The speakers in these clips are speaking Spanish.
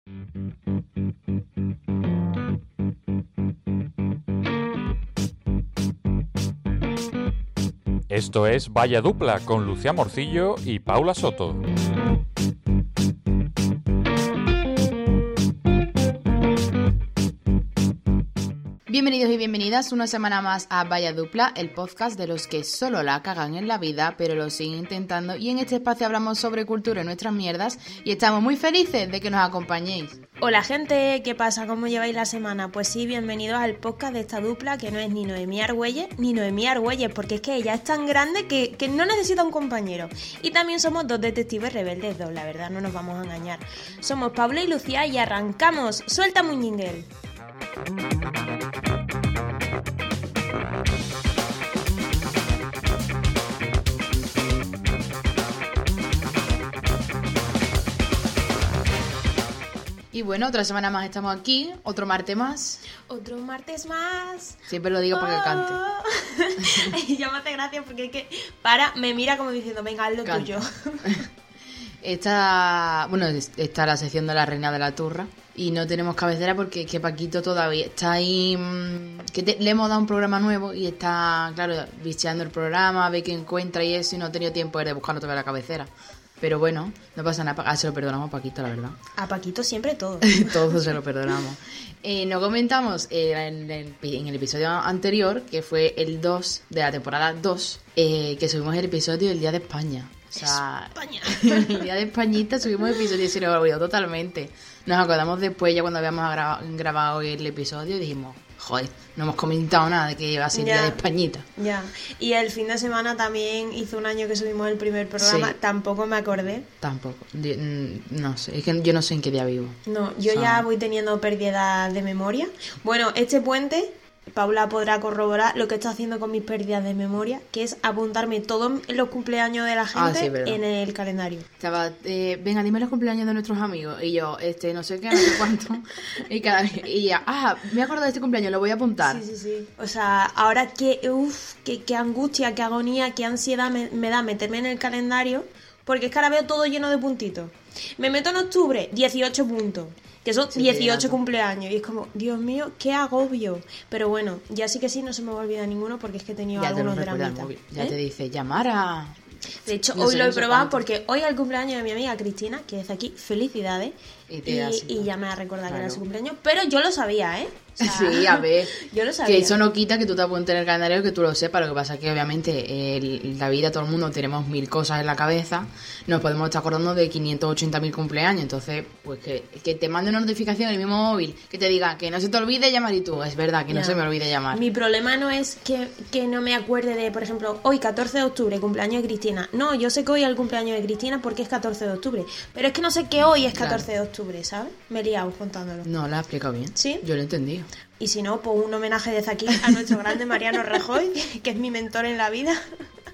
Esto es Vaya Dupla con Lucía Morcillo y Paula Soto. Bienvenidos y bienvenidas una semana más a Vaya Dupla, el podcast de los que solo la cagan en la vida, pero lo siguen intentando. Y en este espacio hablamos sobre cultura y nuestras mierdas y estamos muy felices de que nos acompañéis. Hola gente, ¿qué pasa? ¿Cómo lleváis la semana? Pues sí, bienvenidos al podcast de esta dupla que no es ni Noemí Argüelles ni Noemí Argüelles, porque es que ella es tan grande que no necesita un compañero. Y también somos dos detectives rebeldes dos, la verdad, no nos vamos a engañar. Somos Paula y Lucía y arrancamos. ¡Suelta un jingle! Y bueno, otra semana más estamos aquí, otro martes más. Otro martes más. Siempre lo digo para que cante. Y ya me hace gracia porque es que me mira como diciendo, venga, haz lo tuyo. Está la sección de la reina de la turra y no tenemos cabecera porque es que Paquito todavía está ahí, le hemos dado un programa nuevo y está, claro, bicheando el programa, ve que encuentra y eso, y no ha tenido tiempo de buscar otra vez la cabecera. Pero bueno, no pasa nada, se lo perdonamos a Paquito, la verdad. A Paquito siempre todo. Todos se lo perdonamos. No comentamos en el episodio anterior, que fue el 2 de la temporada 2, que subimos el episodio del Día de España. O sea, España. El Día de Españita subimos el episodio y se nos olvidó totalmente. Nos acordamos después, ya cuando habíamos grabado el episodio, y dijimos, joder, no hemos comentado nada de que iba a ser el Día de Españita. Ya, y el fin de semana también hizo un año que subimos el primer programa, sí. Tampoco me acordé. Tampoco, no sé, es que yo no sé en qué día vivo. No, yo ya voy teniendo pérdida de memoria. Bueno, este puente, Paula podrá corroborar lo que está haciendo con mis pérdidas de memoria, que es apuntarme todos los cumpleaños de la gente en el calendario. Estaba, venga, dime los cumpleaños de nuestros amigos. Y yo, no sé qué, no sé cuánto. y ya, me acuerdo de este cumpleaños, lo voy a apuntar. Sí. O sea, ahora qué angustia, qué agonía, qué ansiedad me da meterme en el calendario, porque es que ahora veo todo lleno de puntitos. Me meto en octubre, 18 puntos. Que son 18 cumpleaños. Y es como, Dios mío, qué agobio. Pero bueno, ya sí que sí, no se me va a olvidar ninguno porque es que he tenido algunos dramitas. Ya te dice, llamar a... De hecho, hoy lo he probado porque hoy es el cumpleaños de mi amiga Cristina, que desde aquí, felicidades. Y ya me ha recordado que era su cumpleaños. Pero yo lo sabía, ¿eh? O sea, sí, a ver. Yo lo sabía. Que eso no quita que tú te apuntes en el calendario, que tú lo sepas. Lo que pasa es que obviamente la vida, todo el mundo tenemos 1000 cosas en la cabeza. Nos podemos estar acordando de 580.000 cumpleaños. Entonces, pues que te mande una notificación en el mismo móvil que te diga que no se te olvide llamar, y tú, es verdad que no se me olvide llamar. Mi problema no es que no me acuerde de, por ejemplo, hoy 14 de octubre, cumpleaños de Cristina. No, yo sé que hoy es el cumpleaños de Cristina porque es 14 de octubre. Pero es que no sé que hoy es 14 de octubre, ¿sabes? Me he liado contándolo. No, lo has explicado bien. ¿Sí? Yo lo he entendido. Y si no, pues un homenaje desde aquí a nuestro grande Mariano Rajoy, que es mi mentor en la vida.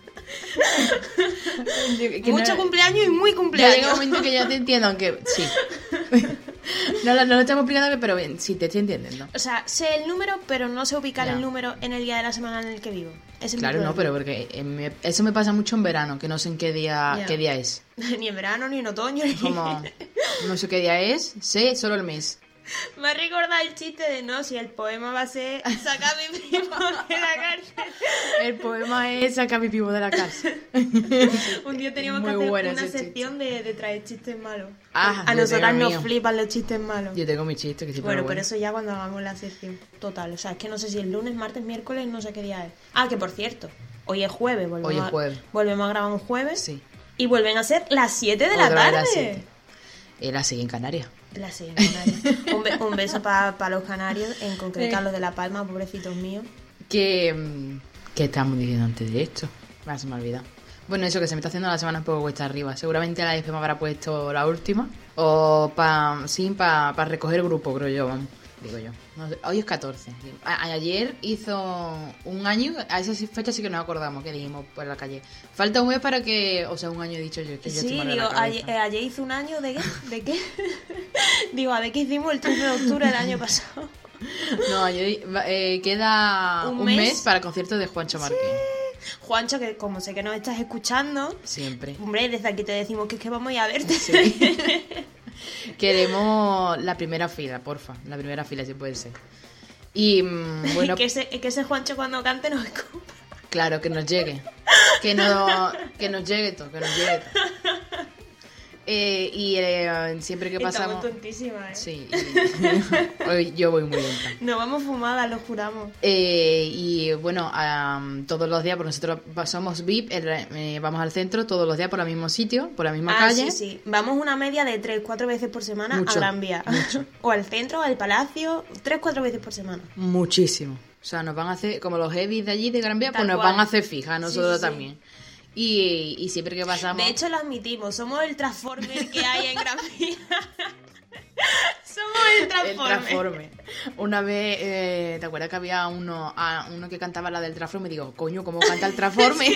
Mucho cumpleaños y muy cumpleaños. Ya llega un momento que ya te entiendo, aunque sí. No lo estamos explicando, pero bien, sí, te estoy entendiendo. O sea, sé el número, pero no sé ubicar el número en el día de la semana en el que vivo. Claro, no, pero porque eso me pasa mucho en verano, que no sé en qué día es. Ni en verano, ni en otoño. Como, no sé qué día es, sé solo el mes. Me ha recordado el chiste de no, si el poema va a ser saca a mi primo de la cárcel. El poema es saca a mi primo de la cárcel. Un día teníamos que hacer una sección de traer chistes malos. A nosotras nos flipan los chistes malos. Yo tengo mi chiste que sí. Bueno, pero eso ya cuando hagamos la sección. Total, o sea, es que no sé si el lunes, martes, miércoles, no sé qué día es. Que por cierto, hoy es jueves. Volvemos a grabar un jueves. Sí. Y vuelven a ser las 7 de la tarde. Era así en Canarias. La sí, en Canarias. Un beso para los canarios, en concreto a los de La Palma, pobrecitos míos. ¿Qué estábamos diciendo antes de esto? Se me ha olvidado. Bueno, eso que se me está haciendo la semana un poco cuesta arriba. Seguramente la FP me habrá puesto la última. O para recoger el grupo, creo yo, vamos. Digo yo. No sé, hoy es 14. Ayer hizo un año, a esa fecha sí que nos acordamos, que dijimos por la calle. Falta un mes para que, o sea, un año he dicho yo. Que sí, digo, ayer hizo un año de qué. ¿De qué? Digo, a ver qué hicimos el 13 de octubre del año pasado. No, ayer queda un mes para el concierto de Juancho Márquez. Sí. Juancho, que como sé que nos estás escuchando. Siempre. Hombre, desde aquí te decimos que es que vamos a ir a verte. Sí. Queremos la primera fila, porfa. La primera fila, si puede ser. Y bueno, que ese Juancho cuando cante nos escupa. claro, que nos llegue. Que nos llegue todo, que nos llegue todo. Siempre que pasamos... Estamos tontísimas, ¿eh? Sí. Hoy yo voy muy lenta. Nos vamos fumadas, lo juramos. Y bueno, todos los días, porque nosotros somos VIP, vamos al centro todos los días por el mismo sitio, por la misma calle. Sí. Vamos una media de 3-4 veces por semana Mucho, a Gran Vía. mucho. O al centro, al palacio, 3-4 veces por semana. Muchísimo. O sea, nos van a hacer, como los heavies de allí, de Gran Vía, Tal pues nos cual. van a hacer fija, a nosotros Sí, sí. también. Y siempre que pasamos... De hecho, lo admitimos, somos el Transformer que hay en Gran Vía. Somos el El Transformer. Transforme. Una vez, ¿te acuerdas que había uno que cantaba la del Transforme? Digo, coño, ¿cómo canta el Transforme?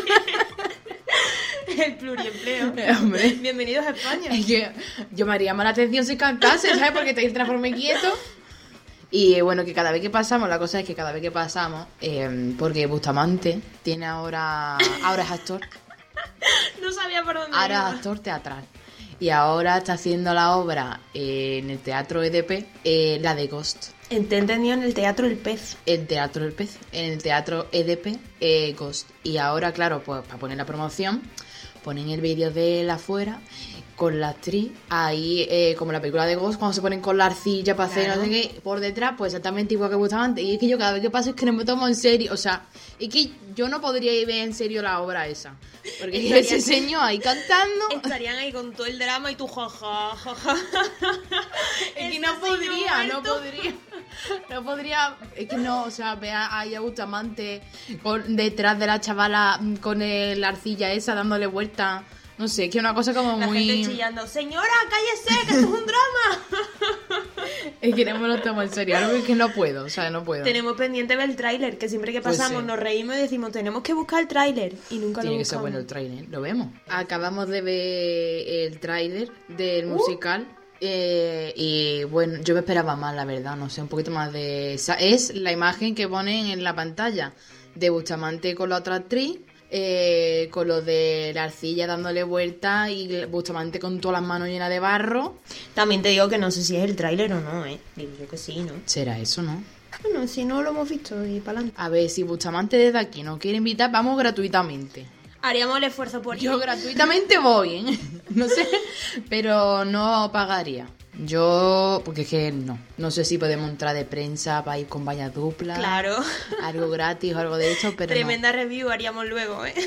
El pluriempleo. Hombre. Bienvenidos a España. Es que yo me haría mala atención si cantase, ¿sabes? Porque está el Transforme quieto. Y bueno, que cada vez que pasamos, la cosa es que cada vez que pasamos, porque Bustamante tiene ahora es actor, No sabía por dónde ahora iba. es actor teatral. Y ahora está haciendo la obra en el Teatro EDP, la de Ghost. Te he entendido en el teatro El Pez. El Teatro del Pez, en el Teatro EDP, Ghost. Y ahora, claro, pues para poner la promoción, ponen el vídeo de él afuera con la actriz, ahí como la película de Ghost, cuando se ponen con la arcilla para hacer Claro. no sé qué, por detrás, pues exactamente igual que Bustamante. Y es que yo cada vez que paso es que no me tomo en serio, o sea, es que yo no podría ir ver en serio la obra esa. Porque Estaría- ese señor ahí cantando, Estarían ahí con todo el drama y tú jaja, jaja. es que no podría, es que no, o sea, ve ahí a Bustamante detrás de la chavala con la arcilla esa dándole vuelta. No sé, que es una cosa como La muy... gente chillando, señora, cállese, que esto es un drama. Es que no me lo tomo en serio, algo es que no puedo, o sea, no puedo. Tenemos pendiente ver el tráiler, que siempre que Pues pasamos sí. nos reímos y decimos, tenemos que buscar el tráiler. Y nunca Tiene lo que ser buscamos. bueno el tráiler, lo vemos. Acabamos de ver el tráiler del musical. Y bueno, yo me esperaba más, la verdad, no sé, un poquito más de... Es la imagen que ponen en la pantalla de Bustamante con la otra actriz, con lo de la arcilla dándole vuelta y Bustamante con todas las manos llenas de barro. También te digo que no sé si es el tráiler o no, Digo yo que sí, ¿no? Será eso, ¿no? Bueno, si no lo hemos visto y para adelante. A ver, si Bustamante desde aquí nos quiere invitar, vamos gratuitamente. Haríamos el esfuerzo por Yo ir. gratuitamente voy, ¿eh? No sé, pero no pagaría. Yo, porque es que no sé si podemos entrar de prensa para ir con valla dupla. Claro. Algo gratis o algo de eso, pero Tremenda review haríamos luego, no.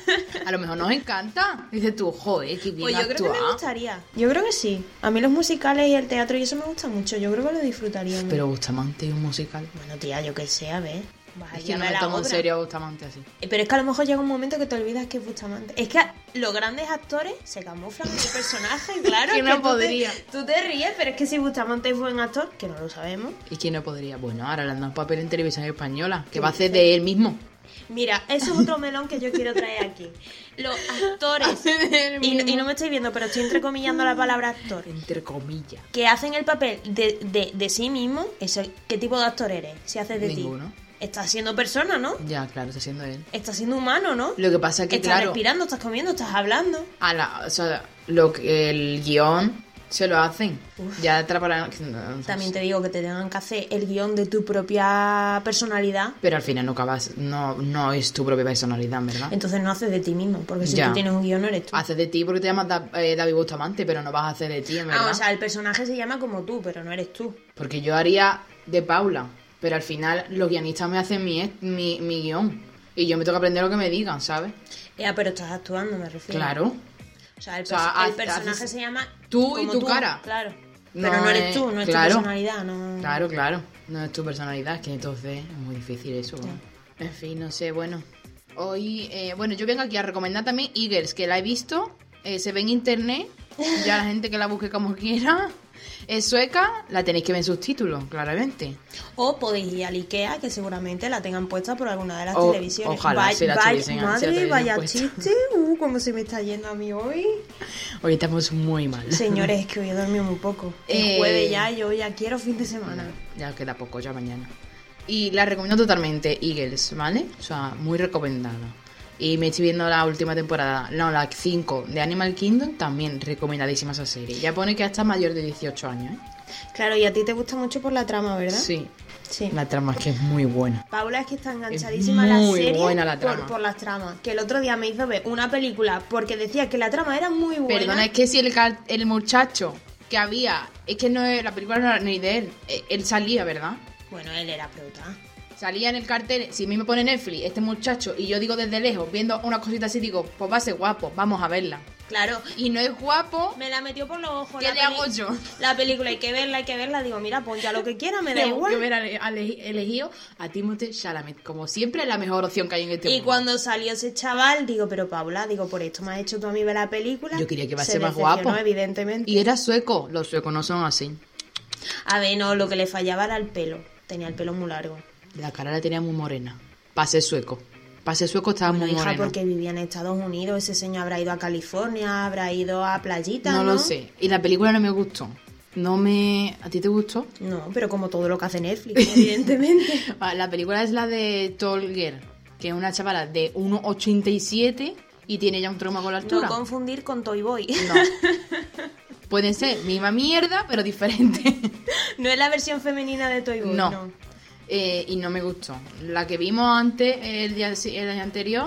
A lo mejor nos encanta. Dices tú, joder, qué bien Pues yo creo que me actúa. gustaría. Yo creo que sí. A mí los musicales y el teatro y eso me gusta mucho. Yo creo que lo disfrutaríamos. Pero Bustamante y un musical. Bueno, tía, yo qué sé, a ver. Vas Es allá que a no ver me la tomo en obra. serio a Bustamante así. Pero es que a lo mejor llega un momento que te olvidas que es Bustamante. Es que los grandes actores se camuflan en el personaje, claro. Que es no tú podría. Tú te ríes, pero es que si Bustamante es buen actor, que no lo sabemos. ¿Y quién no podría? Bueno, ahora le han dado un papel en televisión española, que va a hacer de él mismo. Mira, eso es otro melón que yo quiero traer aquí. Los actores, Hace de él mismo. y no me estoy viendo, pero estoy entrecomillando la palabra actor, Entre comillas. que hacen el papel de sí mismo. ¿Qué tipo de actor eres? Si haces de Ninguno. ti. Estás siendo persona, ¿no? Ya, claro, está siendo él. Estás siendo humano, ¿no? Lo que pasa es que, Estás claro, respirando, estás comiendo, estás hablando. o sea, el guión se lo hacen. Ya atraparán. También te digo que te tengan que hacer el guión de tu propia personalidad. Pero al final no acabas. No es tu propia personalidad, ¿verdad? Entonces no haces de ti mismo, porque si Ya. tú tienes un guión no eres tú. Haces de ti porque te llamas David Bustamante, pero no vas a hacer de ti, en verdad. O sea, el personaje se llama como tú, pero no eres tú. Porque yo haría de Paula, pero al final los guionistas me hacen mi guión. Y yo me tengo que aprender lo que me digan, ¿sabes? Ya, pero estás actuando, me refiero. Claro. O sea, el, O sea, el personaje haces se llama tú y como tu cara. Claro. No Pero no eres es- tú, no es claro. tu personalidad, no. Claro. No es tu personalidad, que entonces es muy difícil eso. En fin, no sé, bueno. Hoy, bueno, yo vengo aquí a recomendar también Eagles, que la he visto. Se ve en internet. Ya la gente que la busque como quiera. Es sueca, la tenéis que ver en subtítulos, claramente. O podéis ir al Ikea, que seguramente la tengan puesta por alguna de las O- televisiones. ojalá si la tuviesen- si la madre, tuviesen vaya puesta. chiste. Cómo se me está yendo a mí hoy. Hoy estamos muy mal. Señores, es que hoy he dormido muy poco. Es jueves ya, yo ya quiero fin de semana. Ya queda poco, ya mañana. Y la recomiendo totalmente, Eagles, ¿vale? O sea, muy recomendada. Y me estoy viendo la última temporada, no, la 5 de Animal Kingdom, también recomendadísima esa serie. Ya pone que hasta mayor de 18 años, ¿eh? Claro, y a ti te gusta mucho por la trama, ¿verdad? Sí. Sí. La trama es que es muy buena. Paula es que está enganchadísima a la muy serie buena la trama. por las tramas. Que el otro día me hizo ver una película porque decía que la trama era muy buena. Perdona, es que si el muchacho que había, es que no es, la película no era ni de él, él salía, ¿verdad? Bueno, él era prota. Salía en el cartel, si a mí me pone Netflix, este muchacho, y yo digo desde lejos, viendo una cosita así, digo, pues va a ser guapo, vamos a verla. Claro. Y no es guapo, Me la metió por los ojos. ¿qué le hago yo? La película hay que verla. Digo, mira, pon ya lo que quiera, me da igual. Tengo que ver elegido a Timothée Chalamet, como siempre, la mejor opción que hay en este Y mundo. cuando salió ese chaval, digo, pero Paula, digo, por esto me has hecho tú a mí ver la película. Yo quería que iba a Se ser más decepcionó, guapo. evidentemente. Y era sueco, los suecos no son así. A ver, no, lo que le fallaba era el pelo. Tenía el pelo muy largo. La cara la tenía muy morena. Pase sueco estaba Bueno, muy hija, moreno. porque vivía en Estados Unidos. Ese señor habrá ido a California, habrá ido a Playita, No ¿no? lo sé. Y la película no me gustó. ¿A ti te gustó? No, pero como todo lo que hace Netflix, evidentemente. La película es la de Tall Girl, que es una chavala de 1,87 y tiene ya un trauma con la altura. No confundir con Toy Boy. No. Pueden ser misma mierda, pero diferente. No es la versión femenina de Toy Boy, No. no. Y no me gustó. La que vimos antes, el año anterior,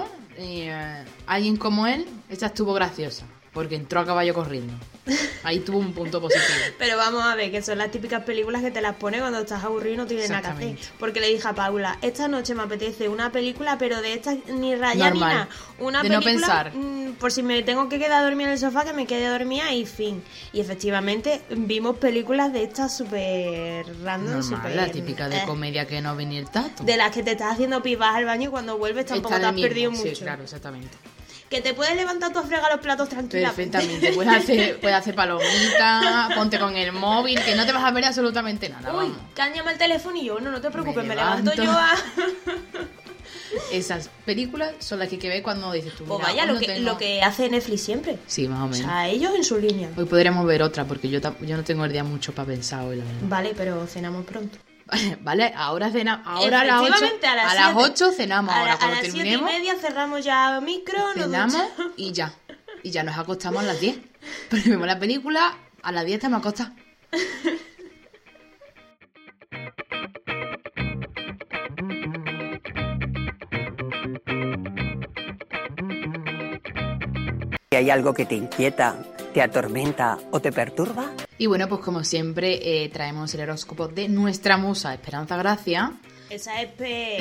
Alguien como él, esta estuvo graciosa, porque entró a caballo corriendo. Ahí tuvo un punto positivo. Pero vamos a ver, que son las típicas películas que te las pone cuando estás aburrido y no tienes nada que hacer. Exactamente. Porque le dije a Paula, esta noche me apetece una película, pero de estas ni raya ni Normal. nada. Una De no película, pensar. por si me tengo que quedar dormida en el sofá, que me quede dormida y fin. Y efectivamente vimos películas de estas súper random, Normal, súper... la típica de comedia que no viene el tato. De las que te estás haciendo pis, vas al baño y cuando vuelves tampoco Está te has de mismo, perdido sí, mucho. claro, exactamente. Que te puedes levantar tú a fregar los platos tranquilamente. Perfectamente, puedes hacer palomitas, ponte con el móvil, que no te vas a ver absolutamente nada, Uy, vamos. que han llamado el teléfono y yo, no te preocupes, me levanto. levanto yo a... Esas películas son las que hay que ver cuando dices tú. Pues mira, vaya, hoy lo no que, tengo- lo que hace Netflix siempre. Sí, más o O menos. sea, ellos en su línea. Hoy podríamos ver otra, porque yo no tengo el día mucho para pensar hoy, la verdad. Vale, pero cenamos pronto. Vale, ahora ahora a las 8, Efectivamente, a las 7. 8 cenamos, A ahora cuando las 7:30 terminemos, cerramos ya micro, nos cenamos duchamos. y ya. Y ya nos acostamos a las 10. Pero vemos la película, a las 10 estamos acostados. Si hay algo que te inquieta, te atormenta o te perturba, Y bueno, pues como siempre, traemos el horóscopo de nuestra musa Esperanza Gracia. Esa es P.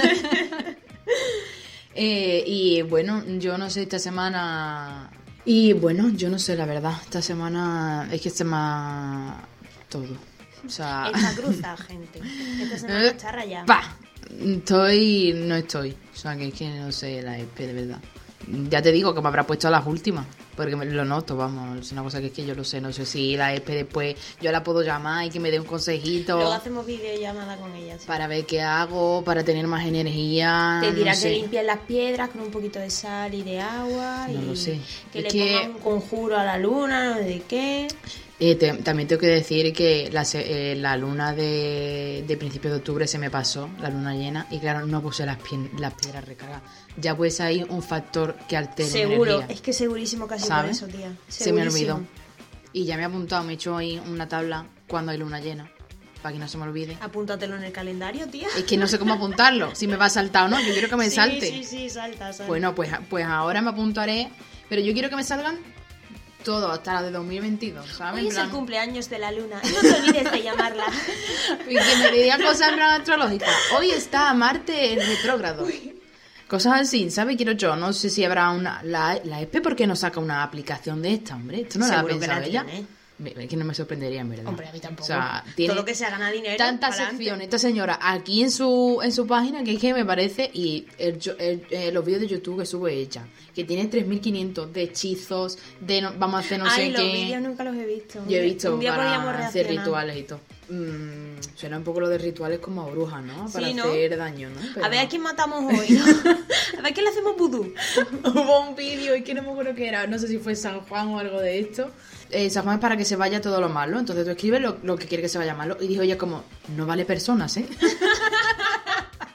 Y bueno, yo no sé esta semana... Y bueno, yo no sé la verdad. Esta semana es que se me ha... todo. O sea... Esta cruza, gente. Esta semana está rayada. ¡Pah! No estoy. O sea, que es que no sé la EP de verdad. Ya te digo que me habrá puesto a las últimas. Porque lo noto, vamos. Es una cosa que es que yo lo sé. No sé si la EP después yo la puedo llamar y que me dé un consejito. Luego hacemos videollamada con ella. Sí. Para ver qué hago, para tener más energía. Te dirá no sé. que limpies las piedras con un poquito de sal y de agua. No y lo sé. Que Es le que- pongas un conjuro a la luna, no sé de qué. También tengo que decir que la luna de principios de octubre se me pasó, la luna llena, y claro, no puse las piedras recargadas. Ya pues hay un factor que altera mi Seguro, energía, es que segurísimo casi ¿sabes? por eso, tía. Se me Segurísimo. olvidó. Y ya me he apuntado, me he hecho ahí una tabla cuando hay luna llena, para que no se me olvide. Apúntatelo en el calendario, tía. Es que no sé cómo apuntarlo, si me va a saltar o no, yo quiero que me Sí, salte. Sí, salta. Bueno, pues ahora me apuntaré, pero yo quiero que me salgan todos hasta la de 2022, ¿sabes? Hoy En es el plan- cumpleaños de la luna. No te olvides de llamarla. Y que me digan cosas en plan astrológicas. Hoy está Marte en retrógrado. Cosas así, ¿sabes? Quiero yo. No sé si habrá una... La ESPE, ¿por qué no saca una aplicación de esta, hombre? Esto no Seguro la ha que pensado la ella. tiene. Es que no me sorprendería, en verdad. Hombre, a mí tampoco. O sea, tiene Todo lo que sea ganar dinero. tantas pa'lante. secciones esta señora aquí en su página que es que me parece, y los vídeos de YouTube que sube ella, que tiene 3.500 de hechizos, de vamos a hacer no sé Ay, los qué. vídeos nunca los he visto. Yo he visto Un día podríamos para hacer reaccionar. rituales y todo. Suena un poco lo de rituales como a brujas, ¿no? Para Sí, ¿no? hacer daño, ¿no? Pero A ver a no. quién matamos hoy, ¿no? A ver a quién le hacemos vudú. Hubo un vídeo y que no me acuerdo qué era, no sé si fue San Juan o algo de esto. San Juan es para que se vaya todo lo malo, entonces tú escribes lo que quiere que se vaya malo. Y dijo ella como, no vale personas, ¿eh?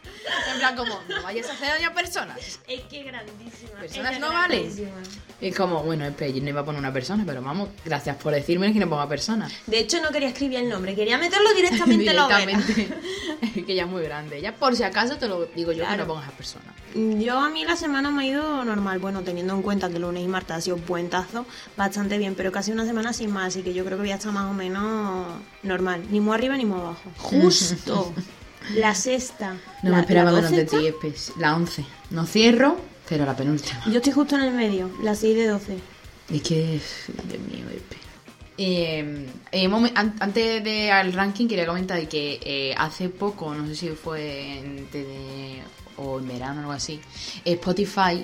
En plan, como, no vayas a hacer daño a personas. Es que grandísima. Personas es que no valen. grandísima. Es como, bueno, espera, yo no iba a poner una persona, pero vamos, gracias por decirme que no ponga persona. De hecho, no quería escribir el nombre, quería meterlo directamente en la hoguera. Es que ya es muy grande. Ya por si acaso te lo digo yo, Claro. que no pongas a persona. Yo a mí la semana me ha ido normal, bueno, teniendo en cuenta que lunes y martes ha sido puentazo, bastante bien, pero casi una semana sin más, así que yo creo que voy a estar más o menos normal, ni muy arriba ni muy abajo. Justo. La sexta. No la, me esperaba la menos de 12 ti, la 11. No cierro, pero la penúltima. Yo estoy justo en el medio, la 6 de 12. Es que, Dios mío, Espe. Antes de al ranking quería comentar que hace poco, no sé si fue o en verano o algo así, Spotify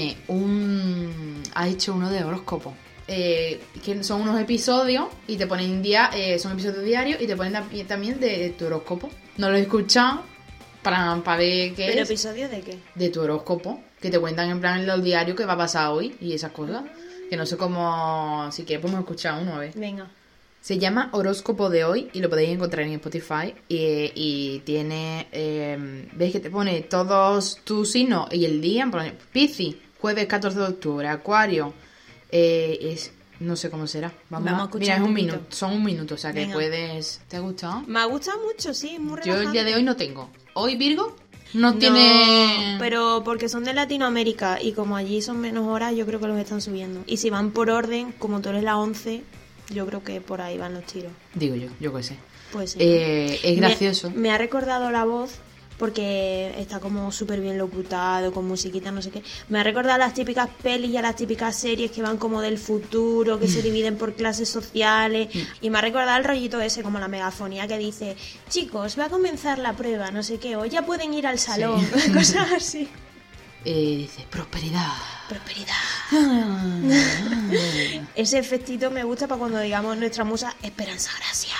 ha hecho uno de horóscopo. Que son unos episodios y te ponen son episodios diarios y te ponen también de tu horóscopo. No lo he escuchado para ver qué ¿Pero es. episodios de qué? De tu horóscopo, que te cuentan en plan en los diarios qué va a pasar hoy y esas cosas. Que no sé cómo, si quieres podemos escuchar uno a ver. Venga. Se llama Horóscopo de hoy y lo podéis encontrar en Spotify y tiene, veis que te pone todos tus signos y el día, en plan, Piscis, jueves 14 de octubre, Acuario, no sé cómo será. Vamos a escuchar Mira, es un un poquito. minuto, son un minuto, o sea que Venga. puedes... ¿Te ha gustado? Me ha gustado mucho, sí, muy Yo relajante. el día de hoy no tengo. Hoy Virgo no tiene... Pero porque son de Latinoamérica y como allí son menos horas, yo creo que los están subiendo. Y si van por orden, como tú eres la 11, yo creo que por ahí van los tiros. Digo yo qué sé. Pues sí. Es gracioso. Me ha recordado la voz porque está como súper bien locutado, con musiquita, no sé qué. Me ha recordado a las típicas pelis y a las típicas series que van como del futuro, que se dividen por clases sociales. Y me ha recordado el rollito ese, como la megafonía que dice, chicos, va a comenzar la prueba, no sé qué, o ya pueden ir al salón, cosas así. Dice, prosperidad. Prosperidad. Ese efectito me gusta para cuando digamos nuestra musa Esperanza Gracia.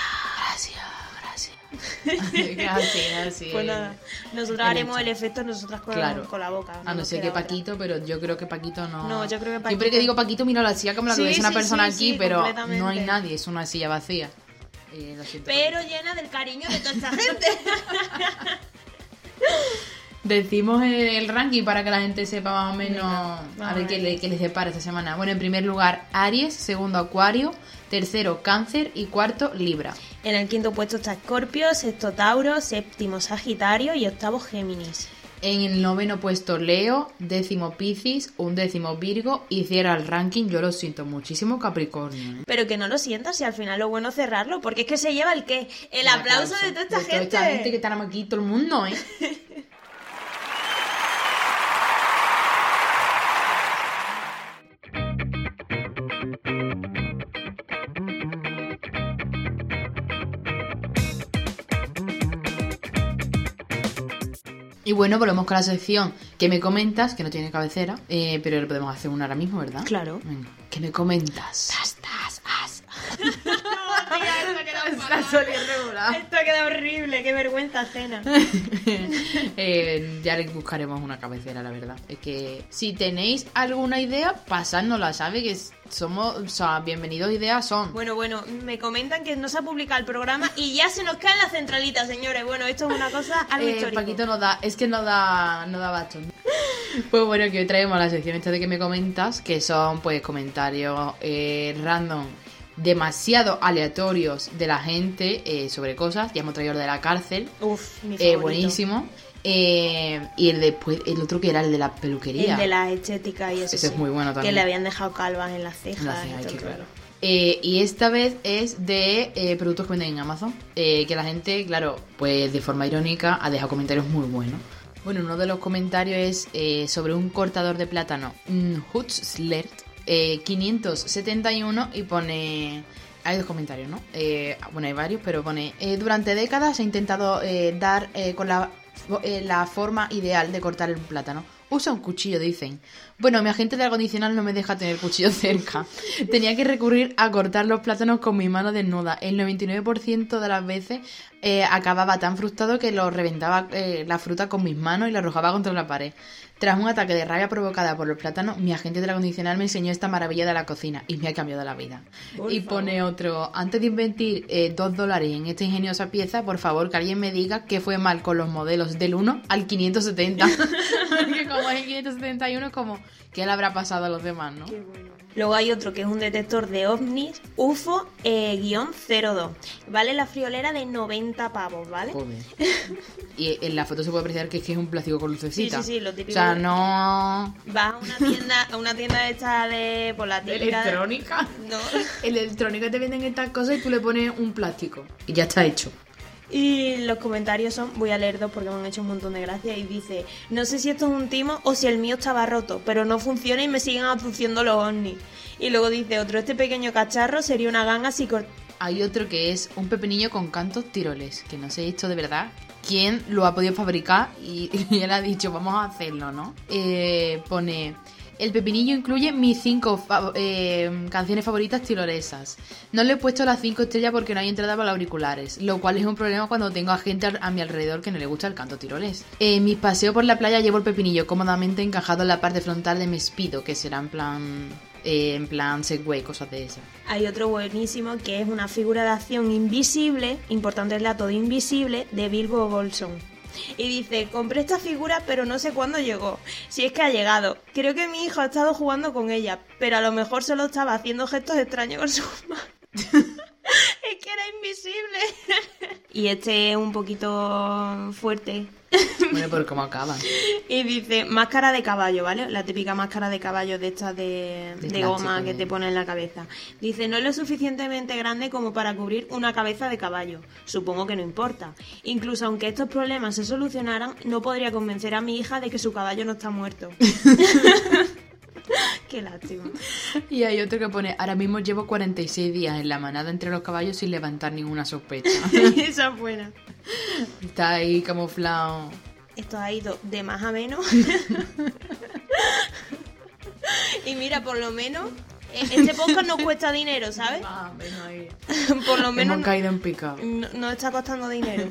Gracias. Pues nada, nosotros haremos el efecto nosotras con, Claro. con la boca. A no nos ser queda que otra. Paquito, pero yo creo que Paquito no. No, yo creo que Paquito- Siempre que digo Paquito, miro la silla como la que Sí, ves una sí, persona sí, aquí, sí, pero completamente. no hay nadie, es una silla vacía. Lo siento. Pero llena del cariño de toda esta gente. Decimos el ranking para que la gente sepa más o menos Venga, a ver vamos qué les depara esta semana. Bueno, en primer lugar, Aries, segundo, Acuario, tercero, Cáncer y cuarto, Libra. En el quinto puesto está Escorpio, sexto Tauro, séptimo Sagitario y octavo Géminis. En el noveno puesto, Leo, décimo, Piscis, undécimo, Virgo y cierra el ranking, yo lo siento muchísimo, Capricornio. ¿eh? Pero que no lo sientas y al final lo bueno es cerrarlo, porque es que se lleva el qué, el aplauso de toda esta de gente. toda esta gente que tenemos aquí, todo el mundo, ¿eh? Y bueno, volvemos con la sección que me comentas, que no tiene cabecera, pero le podemos hacer una ahora mismo, ¿verdad? Claro. Venga, ¿qué me comentas? Esto ha quedado horrible, qué vergüenza ajena. Ya le buscaremos una cabecera, la verdad. Es que si tenéis alguna idea, pasádnosla, ¿sabes? Que somos, o sea, bienvenidos ideas son. Bueno, me comentan que no se ha publicado el programa y ya se nos caen las centralitas, señores. Bueno, esto es una cosa algo histórico. Paquito no da bastón. Pues bueno, que hoy traemos la sección esta de que me comentas, que son pues comentarios random, demasiado aleatorios de la gente sobre cosas. Ya hemos traído el de la cárcel, Uf, mi favorito. buenísimo. Y el otro que era el de la peluquería. El de la estética y eso. Ese es muy bueno también. Que le habían dejado calvas en las cejas. No sé, y ay, todo qué el claro. rollo. Y esta vez es de productos que venden en Amazon. Que la gente, claro, pues de forma irónica ha dejado comentarios muy buenos. Bueno, uno de los comentarios es sobre un cortador de plátano, Hutzlert 571, y pone... Hay dos comentarios, ¿no? Bueno, hay varios, pero pone... durante décadas he intentado dar con la forma ideal de cortar el plátano. Usa un cuchillo, dicen. Bueno, mi agente de algo adicional no me deja tener cuchillo cerca. Tenía que recurrir a cortar los plátanos con mi mano desnuda. El 99% de las veces acababa tan frustrado que lo reventaba la fruta con mis manos y la arrojaba contra la pared. Tras un ataque de rabia provocada por los plátanos, mi agente de la condicional me enseñó esta maravilla de la cocina y me ha cambiado la vida. Y pone otro, antes de invertir $2 en esta ingeniosa pieza, por favor que alguien me diga qué fue mal con los modelos del 1 al 570. Porque como es el 571 como, ¿qué le habrá pasado a los demás, no? Qué bueno. Luego hay otro que es un detector de ovnis, UFO-02. Vale la friolera de 90 pavos, ¿vale? Joder. Y en la foto se puede apreciar que es un plástico con lucecita. Sí, lo típico. O sea, no... Vas a una tienda esta de... por la típica... ¿Electrónica? No. En la electrónica te venden estas cosas y tú le pones un plástico. Y ya está hecho. Y los comentarios son, voy a leer dos porque me han hecho un montón de gracia. Y dice, no sé si esto es un timo o si el mío estaba roto, pero no funciona y me siguen abduciendo los ovnis. Y luego dice otro, este pequeño cacharro sería una ganga Hay otro que es un pepinillo con cantos tiroles, que no sé esto de verdad quién lo ha podido fabricar y él ha dicho, vamos a hacerlo, ¿no? Pone... El pepinillo incluye mis 5 canciones favoritas tirolesas. No le he puesto las 5 estrellas porque no hay entrada para los auriculares, lo cual es un problema cuando tengo a gente a mi alrededor que no le gusta el canto tirolés. En mis paseos por la playa llevo el pepinillo cómodamente encajado en la parte frontal de mi Speedo, que será en plan Segway, cosas de esas. Hay otro buenísimo que es una figura de acción invisible, importante el dato de invisible, de Bilbo Bolson. Y dice, compré esta figura pero no sé cuándo llegó. Si es que ha llegado. Creo que mi hijo ha estado jugando con ella, pero a lo mejor solo estaba haciendo gestos extraños con sus manos. Es que era invisible. Y este es un poquito fuerte. Bueno, pero ¿cómo acaba? Y dice, máscara de caballo, ¿vale? La típica máscara de caballo de estas de goma que te pone en la cabeza. Dice, no es lo suficientemente grande como para cubrir una cabeza de caballo. Supongo que no importa. Incluso aunque estos problemas se solucionaran, no podría convencer a mi hija de que su caballo no está muerto. Qué lástima. Y hay otro que pone, ahora mismo llevo 46 días en la manada entre los caballos sin levantar ninguna sospecha. Esa es buena. Está ahí camuflado. Esto ha ido de más a menos. Y mira, por lo menos, este podcast no cuesta dinero, ¿sabes? Ah, bueno, ahí. Por lo menos hemos caído en picado. No está costando dinero.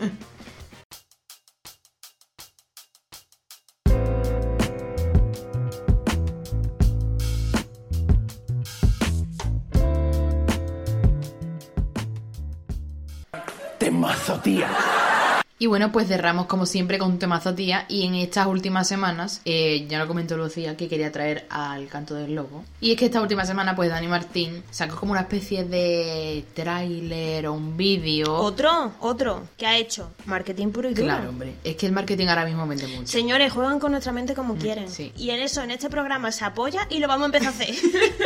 Temazo, tía. Y bueno, pues cerramos como siempre con un temazo, tía. Y en estas últimas semanas, ya lo comentó Lucía, que quería traer al Canto del Loco. Y es que esta última semana, pues Dani Martín sacó como una especie de tráiler o un vídeo. Otro. ¿Qué ha hecho? Marketing puro y duro. Claro, hombre. Es que el marketing ahora mismo vende mucho. Señores, juegan con nuestra mente como quieren. Sí. Y en eso, en este programa se apoya y lo vamos a empezar a hacer.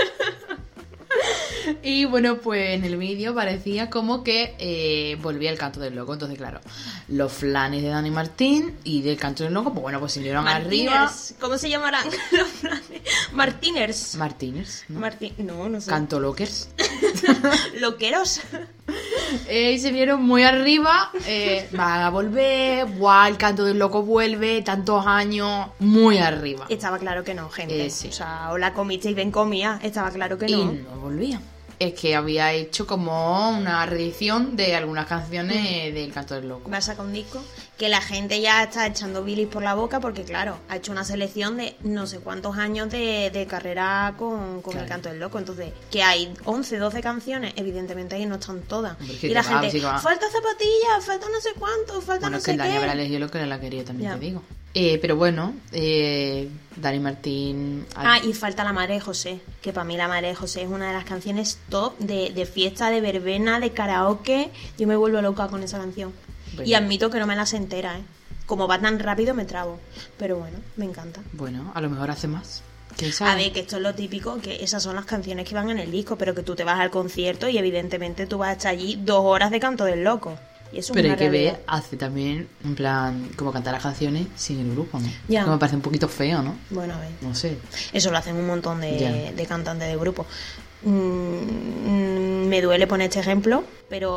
Y bueno, pues en el vídeo parecía como que volvía el Canto del Loco. Entonces, claro, los flanes de Dani Martín y del Canto del Loco, pues bueno, pues se vinieron arriba. ¿Cómo se llamarán los flanes? Martíners. Martínez, ¿no? No sé. Cantolokers. Loqueros. Y se vieron muy arriba. Van a volver. Buah, el Canto del Loco vuelve. Tantos años. Muy arriba. Estaba claro que no, gente. Sí. O sea, o la comisteis bien comía. Estaba claro que no. Y no volvía. Es que había hecho como una reedición de algunas canciones del Canto del Loco. Va a sacar un disco que la gente ya está echando bilis por la boca porque, claro, ha hecho una selección de no sé cuántos años de carrera con Claro. el Canto del Loco. Entonces, que hay 11, 12 canciones, evidentemente ahí no están todas. Hombre, que Y la te va, gente, sí que va. falta zapatillas, falta no sé cuánto, falta Bueno, no es que sé Dani qué. habrá elegido lo que la quería, también Ya. te digo. Pero bueno, Dani Martín... Y falta La Madre de José, que para mí La Madre de José es una de las canciones top de fiesta, de verbena, de karaoke. Yo me vuelvo loca con esa canción. Bueno. Y admito que no me la sé entera, ¿eh? Como va tan rápido me trabo. Pero bueno, me encanta. Bueno, a lo mejor hace más. ¿Quién A sabe? ver, que esto es lo típico, que esas son las canciones que van en el disco, pero que tú te vas al concierto y evidentemente tú vas a estar allí 2 horas de Canto del Loco. Y eso Pero es hay una que realidad. ver, hace también, en plan, como cantar las canciones sin el grupo, ¿no? Ya. Que me parece un poquito feo, ¿no? Bueno, a ver. No sé. Eso lo hacen un montón Ya. de cantantes de grupo. Me duele poner este ejemplo, pero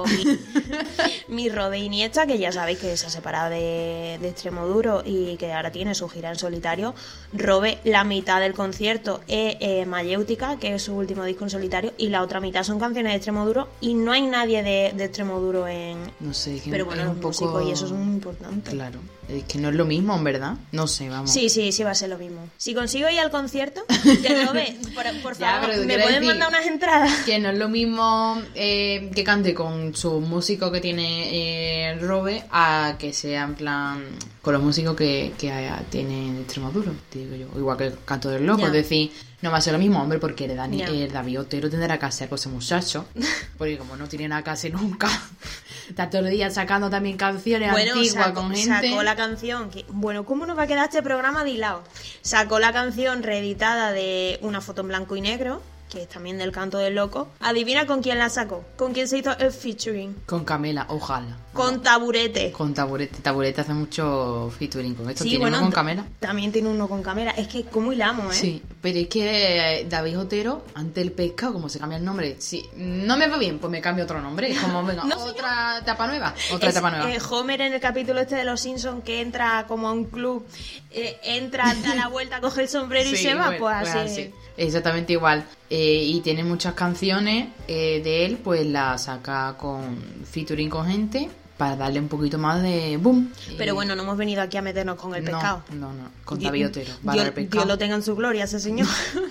mi Robe Iniesta, que ya sabéis que se ha separado de Extremoduro y que ahora tiene su gira en solitario. Robe, la mitad del concierto es Mayéutica, que es su último disco en solitario, y la otra mitad son canciones de Extremoduro, y no hay nadie de Extremoduro en... No sé, que pero bueno, es los un poco... músicos y eso es muy importante. Claro, es que no es lo mismo, en verdad. No sé, vamos. Sí, va a ser lo mismo. Si consigo ir al concierto de Robe, por Ya, favor, pero ¿me quiero pueden decir mandar unas entradas? Que no es lo mismo que cante con su músico que tiene Robe a que sea en plan con los músicos que tiene Extremoduro, digo yo. Igual que el Canto del Loco, Ya. es decir, no va a ser lo mismo, hombre, porque Ya. David Otero tendrá que hacer con ese muchacho, porque como no tiene nada que hacer nunca, está todo el día sacando también canciones antiguas con gente. Sacó la canción, bueno, ¿cómo nos va a quedar este programa de hilado? Sacó la canción reeditada de Una foto en blanco y negro, que es también del Canto del Loco. Adivina con quién la sacó, con quién se hizo el featuring. Con Camela, ojalá. Con Taburete. Con Taburete. Taburete hace mucho featuring con esto. Sí, ¿Tiene bueno, uno con Camela? También tiene uno con Camela. Es que como hilamos, ¿eh? Sí, pero es que David Otero, ante el pescado, como se cambia el nombre, si no me va bien, pues me cambio otro nombre. Es como, venga, No, otra etapa nueva. Otra Es, etapa nueva. Homer en el capítulo este de Los Simpsons, que entra como a un club, entra, da la vuelta, coge el sombrero y Sí, se va, bueno, pues así. Exactamente igual. Y tiene muchas canciones de él, pues las saca con featuring con gente para darle un poquito más de boom. Pero bueno, no hemos venido aquí a meternos con el pescado. No, con David Otero. Dios lo tenga en su gloria, ese señor.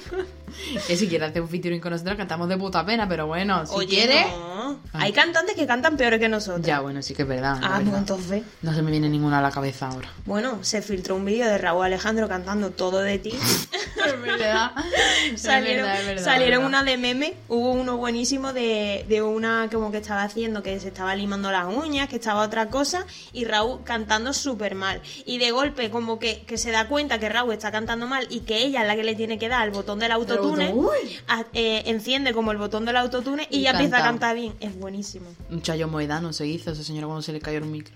Que si quiere hacer un featuring con nosotros, cantamos de puta pena, pero bueno, si Oye, quiere... no. Hay cantantes que cantan peores que nosotros. Ya, bueno, sí que es verdad. Ah, es pues verdad. entonces. No se me viene ninguna a la cabeza ahora. Bueno, se filtró un vídeo de Raúl Alejandro cantando Todo de ti. Es verdad. Salieron una de meme. Hubo uno buenísimo de una como que estaba haciendo, que se estaba limando las uñas, que estaba otra cosa, y Raúl cantando súper mal. Y de golpe como que se da cuenta que Raúl está cantando mal y que ella es la que le tiene que dar el botón del autotune. Enciende como el botón del autotune y ya empieza a cantar bien. Es buenísimo. Un Chayo Moedano se hizo esa señora cuando se le cayó el micro.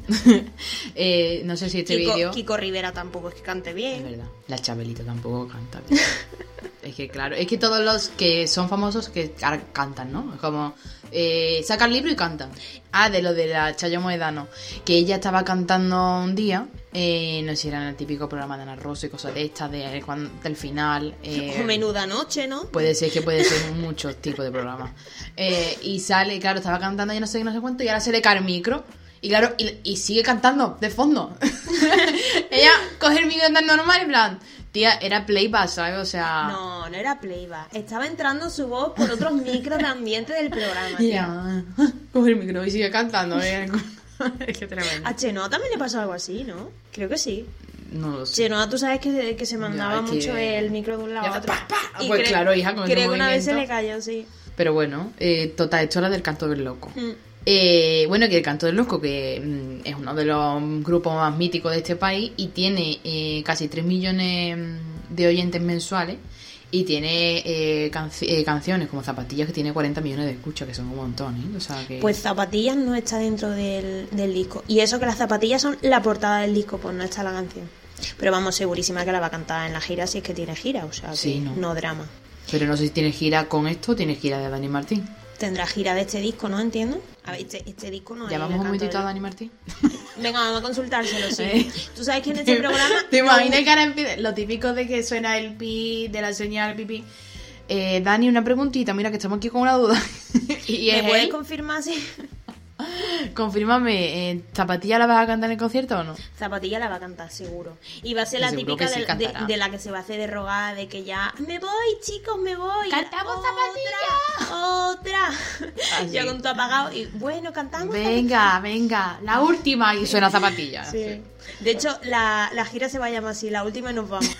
No sé si este vídeo... Kiko Rivera tampoco es que cante Es bien. verdad. La Chabelita tampoco canta bien. Es que claro, es que todos los que son famosos que cantan, ¿no? Es como sacan libro y cantan. De lo de la Chayo Moedano, que ella estaba cantando un día, no sé si era en el típico programa de Ana Rosa y cosas de estas, del final. O Menuda Noche, ¿no? Puede ser muchos tipos de programas. Y sale, claro, estaba cantando y no sé cuánto, y ahora se le cae el micro. Y claro, y sigue cantando de fondo. Ella coge el micro tan normal, en plan, tía, era playback, ¿sabes? O sea... No era playback. Estaba entrando su voz por otros micros de ambiente del programa. Tía. Ya, coge el micro y sigue cantando. Es que tremendo. A Chenoa también le pasó algo así, ¿no? Creo que sí. No lo sé. Chenoa, tú sabes que se mandaba Ya, es que- mucho el micro de un lado Ya, a otro. pa, pa. Y Pues claro, hija, con ese creo que una vez se le movimiento. cayó, sí. Pero bueno, total, esto era del Canto del Loco. Mm. Bueno, que el Canto del Loco, que es uno de los grupos más míticos de este país y tiene casi 3 millones de oyentes mensuales y tiene canciones como Zapatillas, que tiene 40 millones de escuchas, que son un montón, ¿eh? O sea que... Pues Zapatillas no está dentro del disco. Y eso que las zapatillas son la portada del disco, pues no está la canción. Pero vamos, segurísima que la va a cantar en la gira si es que tiene gira, o sea que Sí, no drama. Pero no sé si tiene gira con esto o tiene gira de Dani Martín. Tendrá gira de este disco, ¿no? Entiendo. A ver, este disco no es... ¿Llamamos el un Canto momentito a del- Dani Martín? Venga, vamos a consultárselo, sí. Tú sabes que en este programa... ¿Te imaginas que ahora empieza lo típico de que suena el pi, de la señal pipi? Dani, una preguntita, mira que estamos aquí con una duda. Y ¿Me es puedes él. confirmar si...? Confírmame, ¿Zapatilla la vas a cantar en el concierto o no? Zapatilla la va a cantar, seguro. Y va a ser la Seguro típica que sí cantará. de la que se va a hacer de rogada, de que ya... ¡Me voy, chicos, me voy! ¡Cantamos ¡Otra! Así. Yo con todo apagado y... Bueno, cantamos. Venga, la última. Y suena Zapatilla. Sí. De hecho, la gira se va a llamar así, la última y nos vamos.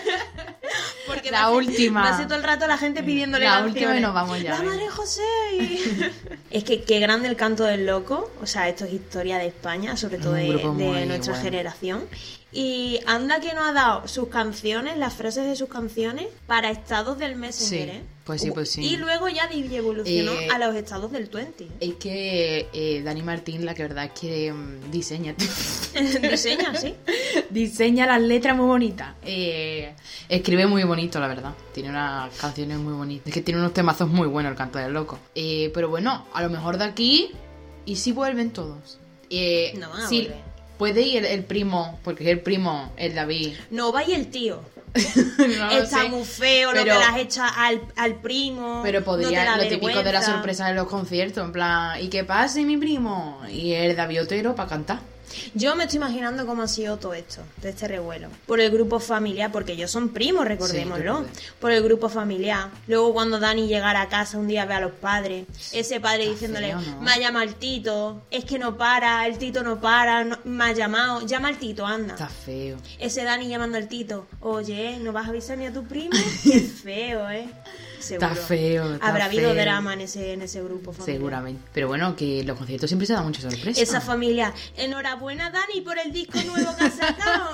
Porque La última. Va a ser todo el rato la gente pidiéndole La canciones. última y nos vamos ya, La venga. Madre José. Es que qué grande el Canto del Loco. O sea, esto es historia de España, sobre todo Un de grupo muy nuestra bueno. generación. Y anda que no ha dado sus canciones, las frases de sus canciones, para estados del Messenger, Sí, ¿eh? pues sí. Y luego ya evolucionó Eh, a los estados del 20. Es que Dani Martín, la que verdad es que diseña. Diseña, sí. Diseña las letras muy bonitas. Escribe muy bonito, la verdad. Tiene unas canciones muy bonitas. Es que tiene unos temazos muy buenos el canto del loco. Pero bueno, a lo mejor de aquí, ¿y si vuelven todos? No van a sí, volver. puede ir el primo, porque el primo, el David. No va y el tío. No lo Está sé. muy feo lo que Pero- le has hecho al primo. Pero no te podría, da lo típico de la vergüenza. sorpresa de los conciertos, en plan, ¿y qué pase mi primo? Y el David Otero para cantar. Yo me estoy imaginando cómo ha sido todo esto, de este revuelo. Por el grupo familiar, porque ellos son primos, recordémoslo. Sí, Por el grupo familiar. Luego cuando Dani llegara a casa un día ve a los padres. Ese padre Está diciéndole, feo, ¿no? me ha llamado el Tito, es que no para, el Tito no para, me ha llamado, llama al Tito, anda. Está feo. Ese Dani llamando al Tito, oye, ¿no vas a avisar ni a tu primo? Qué feo, ¿eh? Seguro. Está feo, está Habrá habido feo. drama en ese grupo familiar. Seguramente. Pero bueno, que los conciertos siempre se dan muchas sorpresas. Esa familia, enhorabuena Dani por el disco nuevo que has sacado.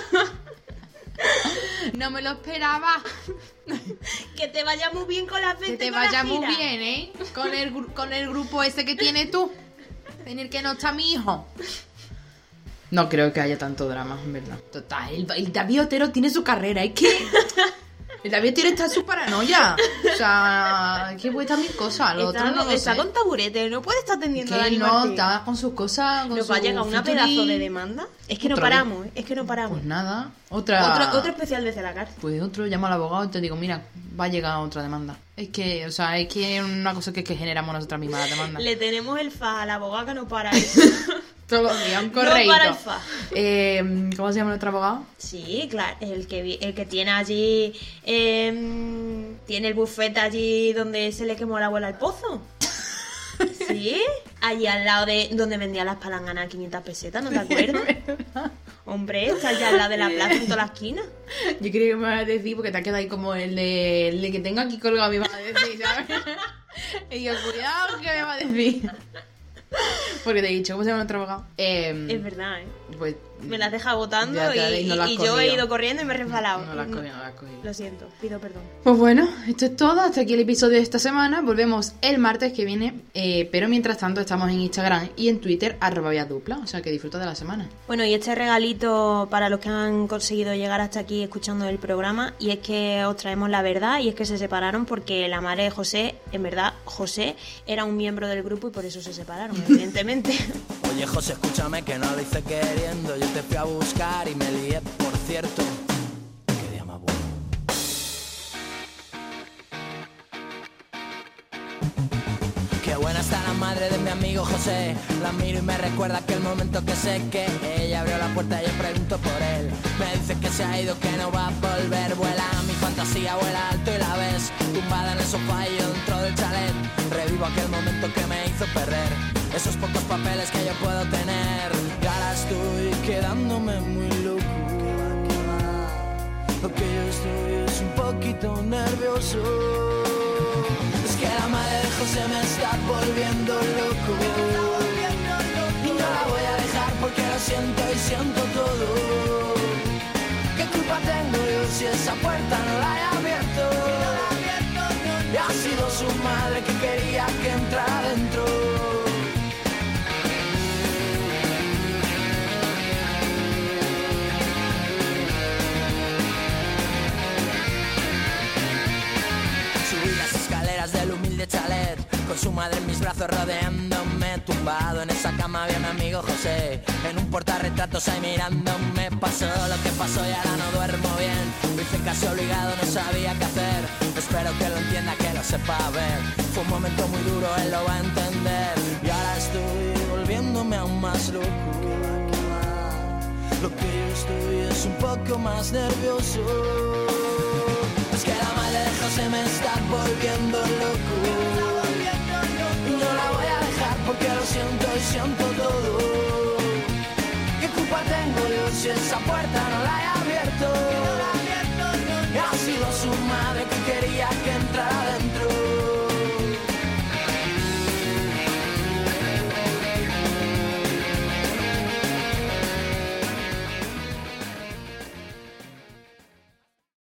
No me lo esperaba. Que te vaya muy bien con las Que ventas. te vaya muy bien, ¿eh? Con el grupo ese que tienes tú. En el que no está mi hijo. No creo que haya tanto drama, en verdad. Total, el David Otero tiene su carrera. Es que... El David Otero está en su paranoia. O sea, es que puede estar mil cosas. Lo otro no lo Está sé. con taburete, no puede estar atendiendo a Que Dani no, Martín. está con sus cosas. Con Nos su va a llegar una featuring. pedazo de demanda. Es que no Otra vez. paramos, es que no paramos. Pues nada. Otra... Otro especial desde la cárcel. Pues otro, llamo al abogado y te digo, mira, va a llegar otra demanda. Es que, o sea, es que es una cosa que generamos nosotras mismas, la demanda. Le tenemos el fa a la abogada que no para. Todos los días, un No correíto. para el fa. ¿Cómo se llama nuestro abogado? Sí, claro, el que tiene allí, tiene el buffet allí donde se le quemó la abuela al pozo. Sí, allí al lado de donde vendía las palanganas a 500 pesetas, ¿no te acuerdas? Hombre, está allá al lado de la plaza en toda la esquina. Yo creo que me vas a decir, porque te ha quedado ahí como el de que tengo aquí colgado, me va a decir, ¿sabes? Y digo, cuidado, ¿qué me va a decir? Porque te he dicho, ¿cómo se llama nuestro abogado? Es verdad, ¿eh? Pues... Me las deja votando Ya te- y, no la has y yo he cogido. ido corriendo y me he resbalado. No la has cogido, no la has cogido. Lo siento, pido perdón. Pues bueno, esto es todo. Hasta aquí el episodio de esta semana. Volvemos el martes que viene. Pero mientras tanto estamos en Instagram y en Twitter, @viadupla. O sea que disfruta de la semana. Bueno, y este regalito para los que han conseguido llegar hasta aquí escuchando el programa, y es que os traemos la verdad, y es que se separaron porque la madre de José, en verdad, José era un miembro del grupo y por eso se separaron, evidentemente. Oye José, escúchame que no lo hice queriendo. Yo te fui a buscar y me lié, por cierto. Qué día más bueno. Qué buena está la madre de mi amigo José. La miro y me recuerda aquel momento que sé que ella abrió la puerta y yo pregunto por él. Me dice que se ha ido, que no va a volver. Vuela mi fantasía, vuela alto y la ves tumbada en el sofá y yo dentro del chalet. Revivo aquel momento que me hizo perder esos pocos papeles que yo puedo tener. Y ahora estoy quedándome muy loco. Lo que yo estoy es un poquito nervioso. Es que la madre de José me está volviendo loco. Y no la voy a dejar porque lo siento y siento todo. ¿Qué culpa tengo yo si esa puerta no la he abierto? Y ha sido su madre que quería que entrara dentro. Subí las escaleras del humilde chalet, con su madre en mis brazos rodeándome. Tumbado en esa cama había mi amigo José, en un portarretratos ahí mirándome. Pasó lo que pasó y ahora no duermo bien. Me hice casi obligado, no sabía qué hacer. Espero que lo entienda, que lo sepa ver. Fue un momento muy duro, él lo va a entender. Y ahora estoy volviéndome aún más loco. Lo que yo estoy es un poco más nervioso. Es que la madre de José me está volviendo loco. Y no la voy a dejar porque lo siento y siento todo. ¿Qué culpa tengo yo si esa puerta no la he abierto?